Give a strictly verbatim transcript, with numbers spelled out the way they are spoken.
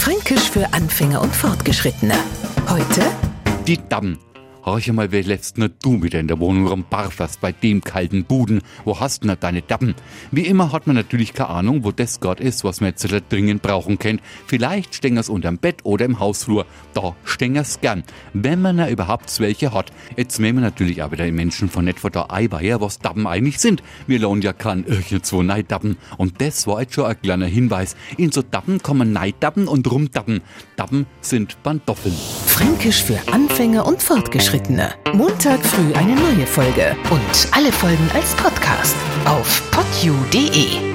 Fränkisch für Anfänger und Fortgeschrittene. Heute die Dabben. Horch mal, wer lässt nur du wieder in der Wohnung rumbarferst bei dem kalten Buden? Wo hast du denn deine Dabben? Wie immer hat man natürlich keine Ahnung, wo das Gott ist, was man jetzt dringend brauchen kennt. Vielleicht stehen es unterm Bett oder im Hausflur. Da stehen es gern, wenn man da überhaupt welche hat. Jetzt nehmen wir natürlich auch wieder die Menschen von nicht von der Eiweiher, was Dabben eigentlich sind. Wir lohnen ja kein irgendwo Neidabben. Und das war jetzt schon ein kleiner Hinweis. In so Dabben kann man Neidabben und Rumdabben. Dabben sind Pantoffeln. Fränkisch für Anfänger und Fortgeschrittene. Montag früh eine neue Folge und alle Folgen als Podcast auf podu punkt de.